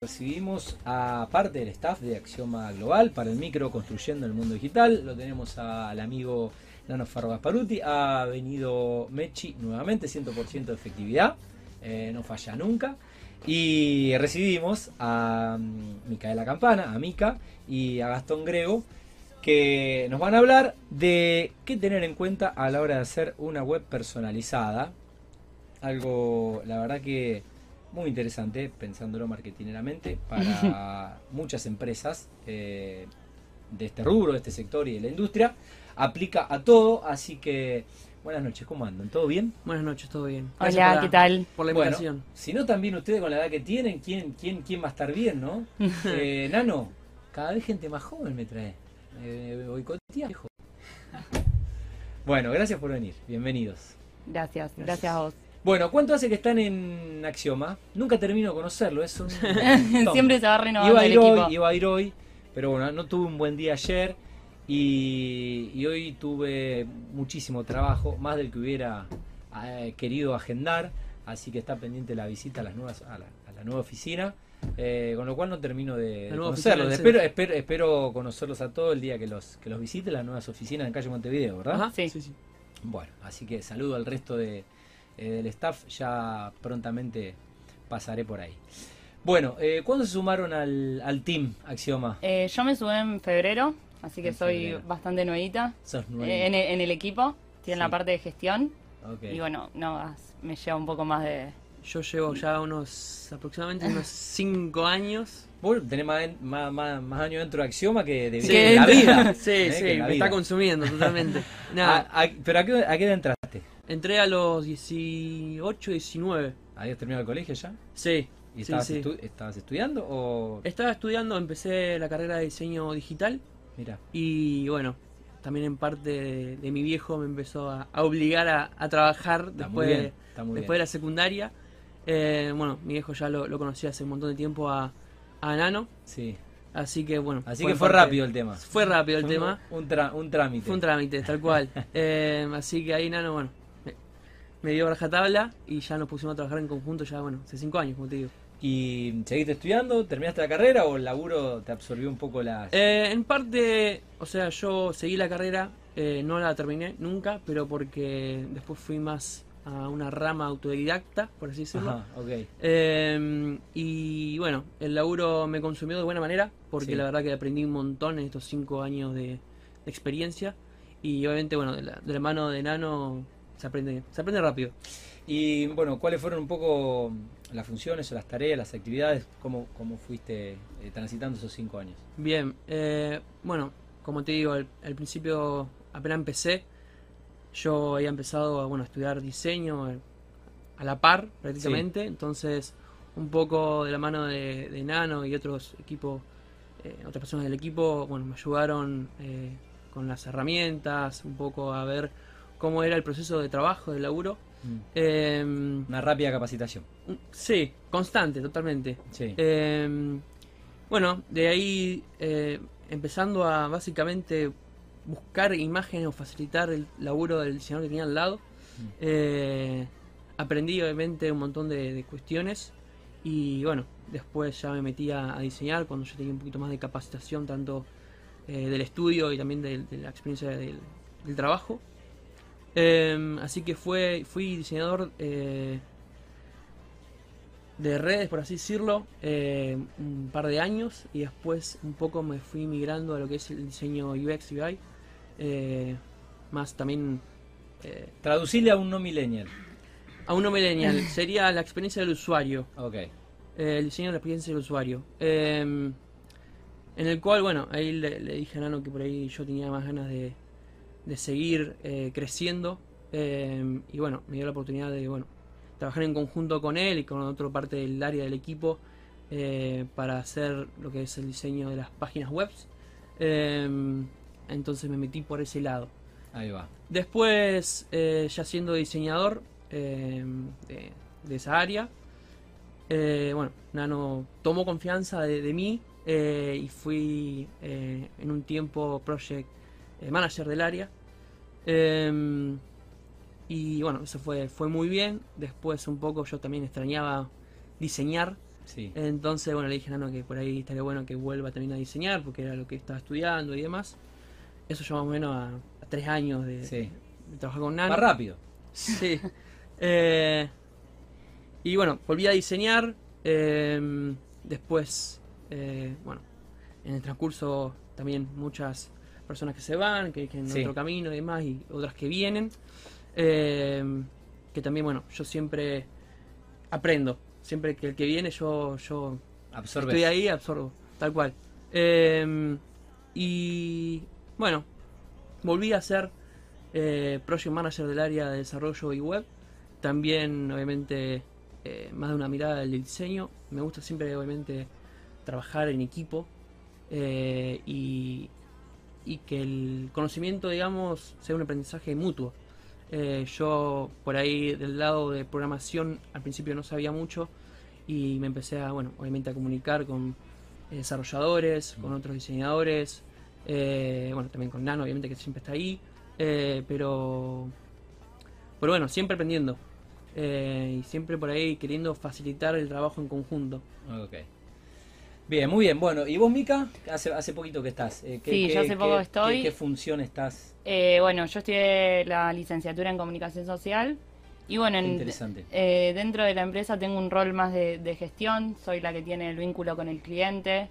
Recibimos a parte del staff de Axioma Global para el micro Construyendo el Mundo Digital. Lo tenemos al amigo Nano Faro Gasparuti. Ha venido Mechi nuevamente, 100% de efectividad, no falla nunca. Y recibimos a Micaela Campana, a Mica, y a Gastón Grego, que nos van a hablar de qué tener en cuenta a la hora de hacer una web personalizada. Algo, la verdad que muy interesante, pensándolo marketineramente, para muchas empresas de este rubro, de este sector y de la industria. Aplica a todo, así que buenas noches, ¿cómo andan? ¿Todo bien? Buenas noches, todo bien. Hola, ¿qué tal? Por la invitación. Bueno, si no, también ustedes con la edad que tienen, ¿quién va a estar bien, no? Nano, cada vez gente más joven me trae. Boicotea, viejo. Bueno, gracias por venir, bienvenidos. Gracias a vos. Bueno, ¿cuánto hace que están en Axioma? Nunca termino de conocerlo, es un Siempre se va renovando el equipo. Iba a ir hoy, pero bueno, no tuve un buen día ayer y hoy tuve muchísimo trabajo, más del que hubiera querido agendar, así que está pendiente la visita a la nueva oficina, con lo cual no termino de conocerlos. Espero conocerlos a todos el día que los visite, las nuevas oficinas en calle Montevideo, ¿verdad? Ajá, Sí. sí. Bueno, así que saludo al resto del staff, ya prontamente pasaré por ahí. Bueno, ¿cuándo se sumaron al team Axioma? Yo me subí en febrero, así que En soy febrero. bastante nuevita Sos nueva. en el equipo. Estoy en Sí. la parte de gestión. Okay. Y bueno, me lleva un poco más de... Yo llevo ya aproximadamente unos 5 años. Vos tenés más años dentro de Axioma que de Que la vida. Sí, que sí, la me vida. está consumiendo totalmente. Nada, ¿Pero a qué edad entraste? entré a los 18, 19. ¿Habías terminado el colegio ya? Sí, ¿Y sí, estabas, sí. estabas estudiando o...? Estaba estudiando, empecé la carrera de diseño digital Mira, y bueno, también en parte de mi viejo me empezó a obligar a trabajar está muy bien, está muy después de la secundaria. Bueno, mi viejo ya lo conocía hace un montón de tiempo a Nano, sí. así que bueno. Así que fue rápido el tema. Fue rápido el tema. Un trámite. Fue un trámite, tal cual. Así que ahí Nano, bueno, me dio rajatabla y ya nos pusimos a trabajar en conjunto ya, bueno, hace 5 años, como te digo. ¿Y seguiste estudiando? ¿Terminaste la carrera o el laburo te absorbió un poco las...? En parte, o sea, yo seguí la carrera, no la terminé nunca, pero porque después fui más a una rama autodidacta, por así decirlo. Ajá, ok. Y bueno, el laburo me consumió de buena manera, porque Sí. la verdad que aprendí un montón en estos 5 años de experiencia. Y obviamente, bueno, de la mano de Nano se aprende rápido. Y bueno, ¿cuáles fueron un poco las funciones o las tareas, las actividades? ¿Cómo fuiste transitando esos 5 años? Bien, bueno, como te digo, al principio apenas empecé, yo había empezado a estudiar diseño a la par prácticamente, entonces un poco de la mano de Nano y otros equipos, otras personas del equipo, bueno, me ayudaron con las herramientas, un poco a ver cómo era el proceso de trabajo, de laburo. Una rápida capacitación. Sí, constante, totalmente. Sí. Bueno, de ahí empezando a básicamente buscar imágenes o facilitar el laburo del diseñador que tenía al lado. Aprendí obviamente un montón de cuestiones y bueno, después ya me metí a diseñar cuando yo tenía un poquito más de capacitación tanto del estudio y también de la experiencia del trabajo. Así que fui diseñador de redes, por así decirlo, un par de años y después un poco me fui migrando a lo que es el diseño UX UI, más también Traducirle a un no millennial. a uno millennial, sería la experiencia del usuario, Ok. el diseño de la experiencia del usuario, en el cual, bueno, ahí le dije a Nano que por ahí yo tenía más ganas de seguir creciendo, y bueno, me dio la oportunidad de trabajar en conjunto con él y con otra parte del área del equipo para hacer lo que es el diseño de las páginas web. Entonces me metí por ese lado. Ahí va. Después, ya siendo diseñador de esa área, Nano tomó confianza de mí y fui en un tiempo project manager del área. Y bueno, eso fue muy bien. Después un poco yo también extrañaba diseñar, Sí. Entonces, bueno, le dije a Nano que por ahí estaría bueno que vuelva también a diseñar, porque era lo que estaba estudiando y demás. Eso ya más o menos a 3 años Sí. de trabajar con Nano. Más rápido. Sí. Y bueno, volví a diseñar. Después, bueno, en el transcurso también muchas personas que se van, que en Sí. otro camino y demás, y otras que vienen. Que también, bueno, yo siempre aprendo. Siempre que el que viene yo Absorbes. estoy ahí, absorbo, tal cual. Y bueno, volví a ser Project Manager del área de desarrollo y web. También, obviamente, más de una mirada del diseño. Me gusta siempre, obviamente, trabajar en equipo y que el conocimiento, digamos, sea un aprendizaje mutuo. Yo, por ahí, del lado de programación, al principio no sabía mucho y me empecé a, bueno, obviamente a comunicar con desarrolladores, con otros diseñadores, bueno, también con Nano, obviamente, que siempre está ahí, pero bueno, siempre aprendiendo y siempre por ahí queriendo facilitar el trabajo en conjunto. Ok. Bien, muy bien. Bueno, ¿y vos, Mica? Hace poquito que estás. Sí, yo hace poco estoy. ¿Qué función estás? Bueno, yo estudié la licenciatura en Comunicación Social y bueno, Interesante. dentro de la empresa tengo un rol más de gestión, soy la que tiene el vínculo con el cliente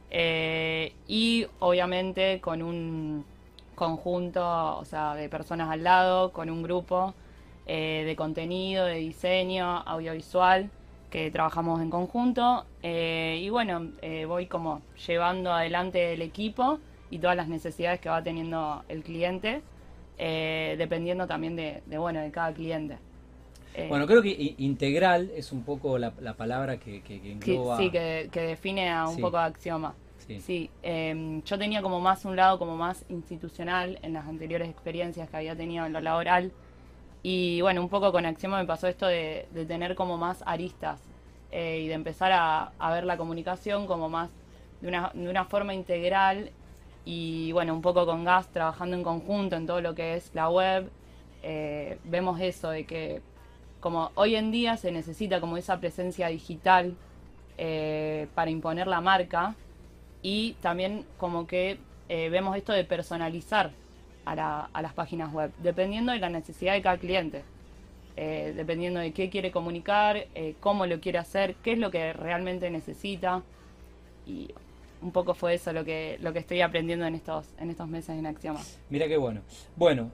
y obviamente con un conjunto, o sea, de personas al lado, con un grupo de contenido, de diseño, audiovisual, que trabajamos en conjunto y bueno, voy como llevando adelante el equipo y todas las necesidades que va teniendo el cliente, dependiendo también de cada cliente. Bueno, creo que integral es un poco la palabra que engloba. Sí, que define a un Sí. poco de Axioma. Sí. Sí, yo tenía como más un lado como más institucional en las anteriores experiencias que había tenido en lo laboral. Y bueno, un poco con Axioma me pasó esto de tener como más aristas y de empezar a ver la comunicación como más de una forma integral. Y bueno, un poco con Gas trabajando en conjunto en todo lo que es la web, vemos eso de que como hoy en día se necesita como esa presencia digital para imponer la marca y también como que vemos esto de personalizar a las páginas web, dependiendo de la necesidad de cada cliente, dependiendo de qué quiere comunicar, cómo lo quiere hacer, qué es lo que realmente necesita. Y un poco fue eso lo que estoy aprendiendo en estos meses en Axioma. Mira qué bueno. Bueno,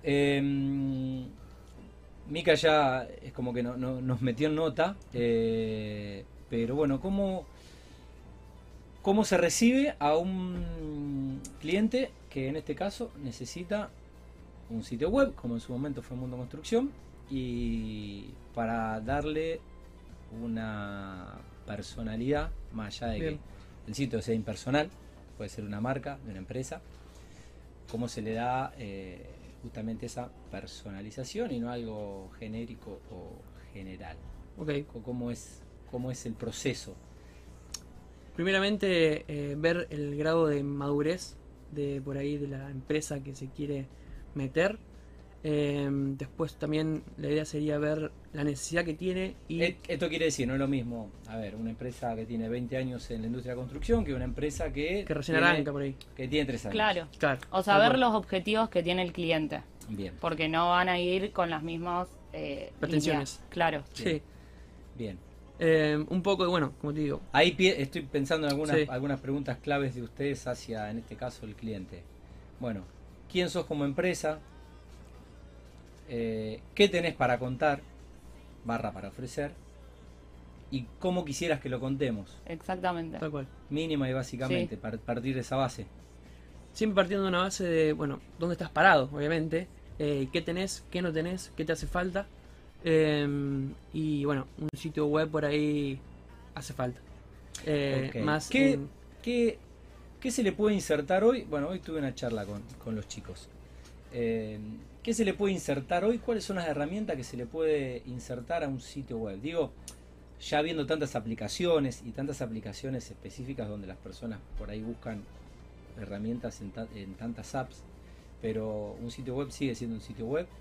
Mica ya es como que nos metió en nota, pero bueno, ¿cómo se recibe a un cliente que en este caso necesita un sitio web, como en su momento fue Mundo Construcción, y para darle una personalidad, más allá de Bien. que el sitio sea impersonal, puede ser una marca, de una empresa, cómo se le da justamente esa personalización y no algo genérico o general? Ok. ¿Cómo es el proceso? Primeramente, ver el grado de madurez de por ahí de la empresa que se quiere meter. Después también la idea sería ver la necesidad que tiene y Esto quiere decir, no es lo mismo, a ver, una empresa que tiene 20 años en la industria de la construcción que una empresa que recién tiene- arranca por ahí. que tiene 3 años. Claro. Claro. O sea, Tal ver cual. los objetivos que tiene el cliente, Bien, porque no van a ir con las mismas Pretensiones. líneas. Claro. Sí. bien. Un poco, bueno, como te digo, Ahí estoy pensando en Sí. algunas preguntas claves de ustedes hacia, en este caso, el cliente. Bueno, ¿quién sos como empresa? ¿Qué tenés para contar? Para ofrecer. ¿Y cómo quisieras que lo contemos? Exactamente. tal cual. Mínima y básicamente, Sí. partir de esa base. Siempre partiendo de una base de, bueno, dónde estás parado, obviamente, qué tenés, qué no tenés, qué te hace falta. Y bueno, un sitio web por ahí hace falta. Ok. Más ¿Qué, en- qué, qué se le puede insertar hoy? Bueno, hoy tuve una charla con los chicos. ¿Qué se le puede insertar hoy? ¿Cuáles son las herramientas que se le puede insertar a un sitio web? Digo, ya viendo tantas aplicaciones y tantas aplicaciones específicas donde las personas por ahí buscan herramientas en tantas apps, pero un sitio web sigue siendo un sitio web.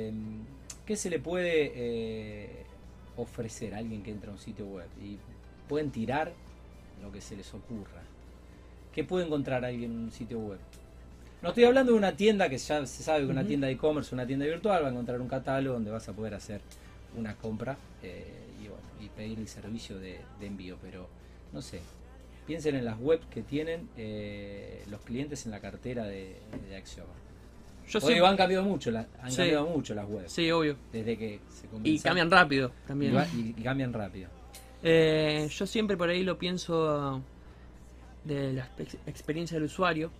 ¿Qué se le puede ofrecer a alguien que entra a un sitio web? Y pueden tirar lo que se les ocurra. ¿Qué puede encontrar alguien en un sitio web? No estoy hablando de una tienda que ya se sabe que una tienda de e-commerce, una tienda virtual, va a encontrar un catálogo donde vas a poder hacer una compra y pedir el servicio de envío, pero no sé, piensen en las webs que tienen los clientes en la cartera de Axioma. Han cambiado mucho, cambiado mucho las webs. Sí, obvio. Desde que se comenzaron. Y cambian rápido también. Y cambian rápido. Yo siempre por ahí lo pienso de la experiencia del usuario.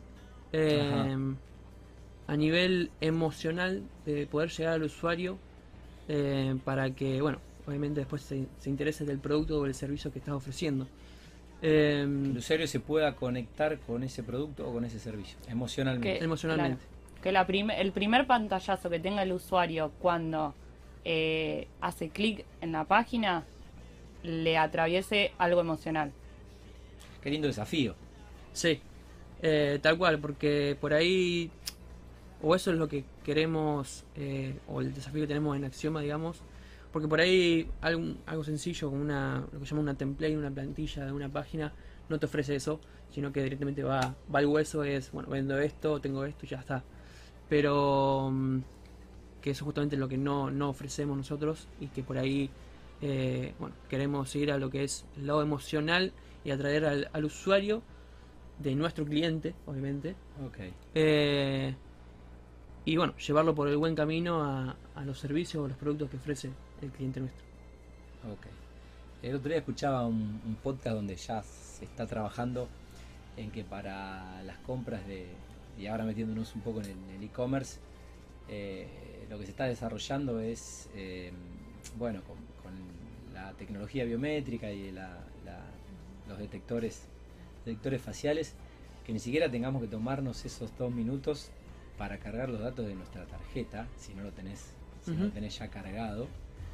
A nivel emocional, de poder llegar al usuario para que, bueno, obviamente después se interese del producto o del servicio que estás ofreciendo. Que el usuario se pueda conectar con ese producto o con ese servicio, emocionalmente. Emocionalmente. Claro, que el primer pantallazo que tenga el usuario cuando hace clic en la página le atraviese algo emocional. Qué lindo desafío. Sí, tal cual, porque por ahí, o eso es lo que queremos, o el desafío que tenemos en Axioma, digamos, porque por ahí algo sencillo, como lo que llama una template, una plantilla de una página, no te ofrece eso, sino que directamente va al hueso, es, bueno, vendo esto, tengo esto y ya está. Pero que eso es justamente lo que no ofrecemos nosotros y que por ahí bueno, queremos ir a lo que es el lado emocional y atraer al usuario de nuestro cliente, obviamente. Y bueno, llevarlo por el buen camino a los servicios o los productos que ofrece el cliente nuestro. El otro día escuchaba un podcast donde ya se está trabajando en que para las compras y ahora metiéndonos un poco en el e-commerce, lo que se está desarrollando es, bueno, con la tecnología biométrica y los detectores faciales, que ni siquiera tengamos que tomarnos esos 2 minutos para cargar los datos de nuestra tarjeta, si no lo tenés ya cargado.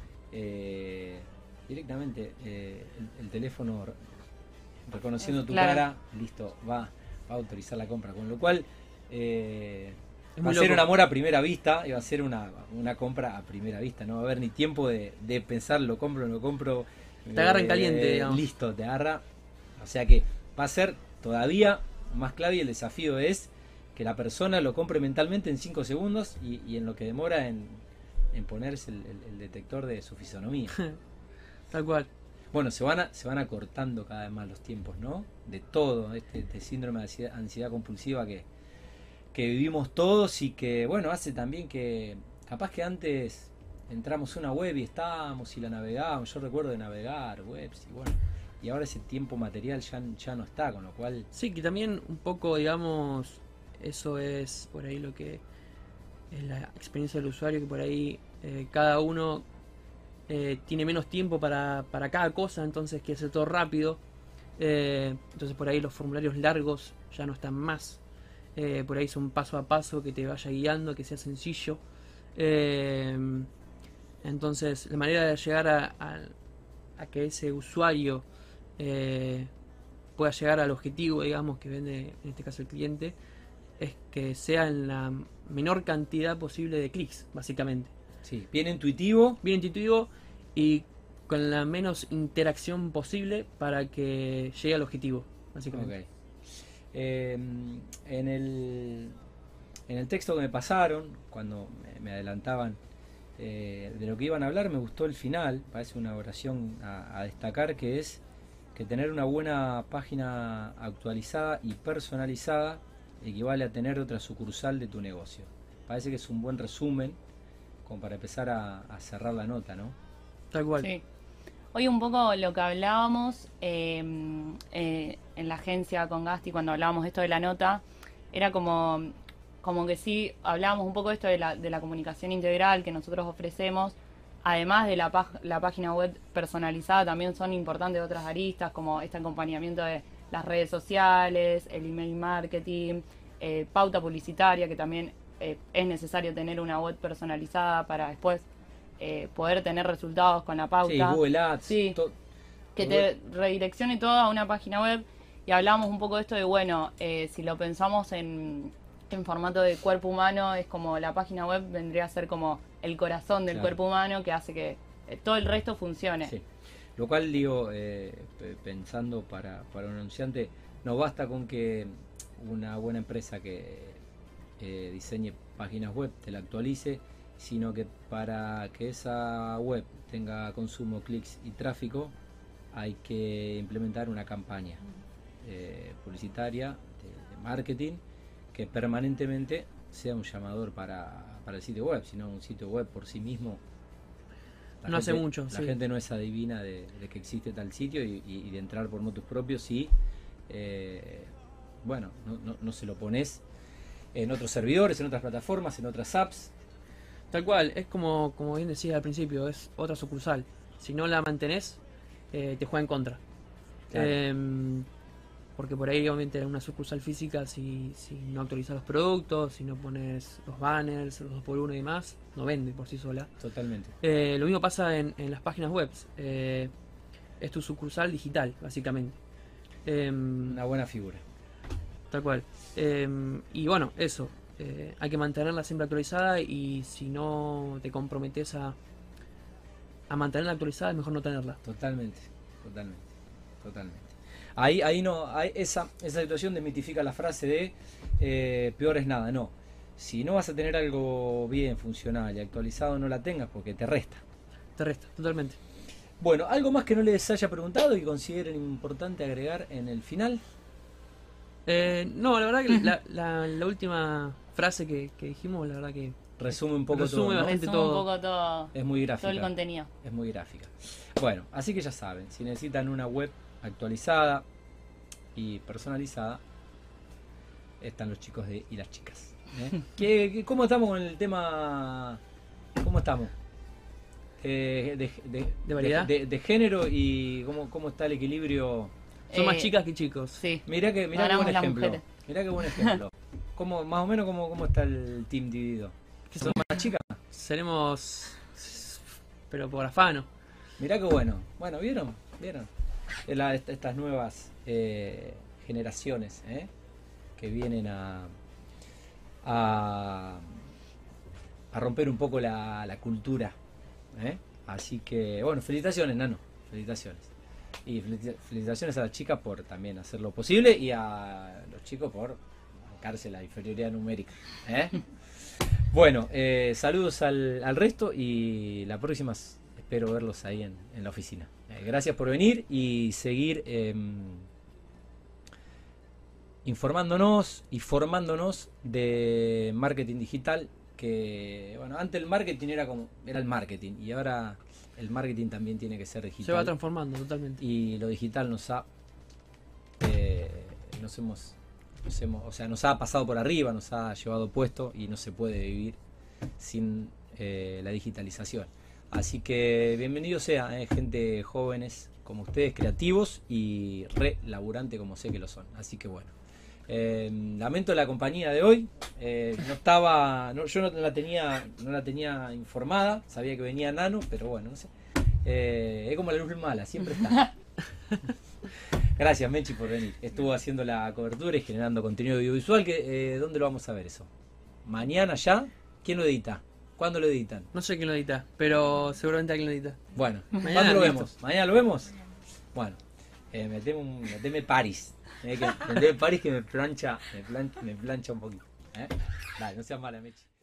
Directamente el teléfono reconociendo tu cara, listo, va a autorizar la compra, con lo cual va a ser un amor a primera vista y va a ser una compra a primera vista, no va a haber ni tiempo de pensar, lo compro, te agarra en caliente, digamos. Listo, te agarra, o sea que va a ser todavía más clave y el desafío es que la persona lo compre mentalmente en 5 segundos y en lo que demora en ponerse el detector de su fisonomía. Tal cual. Bueno, se van acortando cada vez más los tiempos, ¿no? De todo, este síndrome de ansiedad compulsiva que vivimos todos y que, bueno, hace también que, capaz que antes entramos a una web y estábamos y la navegábamos, yo recuerdo de navegar webs y bueno, y ahora ese tiempo material ya no está, con lo cual... Sí, que también un poco, digamos, eso es por ahí lo que es la experiencia del usuario, que por ahí cada uno tiene menos tiempo para cada cosa, entonces quiere hacer todo rápido, entonces por ahí los formularios largos ya no están más, por ahí son paso a paso que te vaya guiando, que sea sencillo, entonces la manera de llegar a que ese usuario pueda llegar al objetivo, digamos, que vende en este caso el cliente, es que sea en la menor cantidad posible de clics, básicamente. Sí, bien intuitivo y con la menos interacción posible para que llegue al objetivo, básicamente. En el texto que me pasaron, cuando me adelantaban de lo que iban a hablar, me gustó el final, parece una oración a destacar, que es que tener una buena página actualizada y personalizada equivale a tener otra sucursal de tu negocio. Parece que es un buen resumen como para empezar a cerrar la nota, ¿no? Tal cual. Sí. Hoy un poco lo que hablábamos en la agencia con Gasti cuando hablábamos esto de la nota, era como que sí, hablábamos un poco de esto de la comunicación integral que nosotros ofrecemos, además de la página web personalizada, también son importantes otras aristas como este acompañamiento de las redes sociales, el email marketing, pauta publicitaria, que también es necesario tener una web personalizada para después poder tener resultados con la pauta. Sí, Google Ads. Sí, que te redireccione todo a una página web. Y hablábamos un poco de esto de, bueno, si lo pensamos en formato de cuerpo humano, es como la página web vendría a ser como el corazón del cuerpo humano que hace que todo el resto funcione. Sí. Lo cual digo, pensando para un anunciante, no basta con que una buena empresa que diseñe páginas web te la actualice, sino que para que esa web tenga consumo, clics y tráfico, hay que implementar una campaña publicitaria de marketing que permanentemente sea un llamador para el sitio web, sino un sitio web por sí mismo. No hace mucho, La sí. gente no es adivina de que existe tal sitio y de entrar por motus propios si bueno, no se lo pones en otros servidores, en otras plataformas, en otras apps. Tal cual, es como bien decías al principio, es otra sucursal. Si no la mantenés, te juega en contra. Claro. Porque por ahí obviamente en una sucursal física, si no actualizas los productos, si no pones los banners, los 2x1 y demás, no vende por sí sola. Totalmente. Lo mismo pasa en las páginas web. Es tu sucursal digital, básicamente. Una buena figura. Tal cual. Y bueno, eso. Hay que mantenerla siempre actualizada y si no te comprometes a mantenerla actualizada, es mejor no tenerla. Totalmente. Ahí no, esa situación desmitifica la frase de peor es nada. No. Si no vas a tener algo bien funcional y actualizado, no la tengas porque te resta. Te resta, totalmente. Bueno, ¿algo más que no les haya preguntado y consideren importante agregar en el final? No, la verdad que la última frase que dijimos, la verdad que Resume un poco Resume todo, ¿no? bastante. Resume un todo. poco todo, Es muy gráfica. todo el contenido. Es muy gráfica. Bueno, así que ya saben, si necesitan una web actualizada y personalizada, están los chicos y las chicas. ¿Cómo estamos con el tema? ¿Cómo estamos? De variedad? de género y cómo está el equilibrio. Son más chicas que chicos. Sí. Mirá qué Ganamos buen las ejemplo. mujeres. Mirá qué buen ejemplo. Más o menos cómo está el team dividido. ¿Son más chicas? Seremos, pero por afano. Mirá qué bueno. Bueno, ¿vieron? Estas nuevas generaciones que vienen a romper un poco la cultura. Así que, bueno, felicitaciones, Nano. Felicitaciones. Y felicitaciones a las chicas por también hacer lo posible y a los chicos por bancarse la inferioridad numérica. Bueno, saludos al resto y la próxima espero verlos ahí en la oficina. Gracias por venir y seguir informándonos y formándonos de marketing digital, que bueno, antes el marketing era el marketing y ahora el marketing también tiene que ser digital. Se va transformando totalmente. Y lo digital nos ha nos ha pasado por arriba, nos ha llevado puesto y no se puede vivir sin la digitalización. Así que bienvenido sea, gente jóvenes como ustedes, creativos y re laburante como sé que lo son. Así que bueno, lamento la compañía de hoy. Yo no la tenía informada, sabía que venía Nano, pero bueno, no sé. Es como la luz mala, siempre está. Gracias, Mechi, por venir. Estuvo haciendo la cobertura y generando contenido audiovisual. ¿Dónde lo vamos a ver eso? ¿Mañana ya? ¿Quién lo edita? ¿Cuándo lo editan? No sé quién lo edita, pero seguramente alguien lo edita. Bueno, Mañana ¿cuándo lo listo. vemos? ¿Mañana lo vemos? Bueno, meteme Paris. Meteme Paris que me plancha un poquito. Dale, no seas mala, Mechi.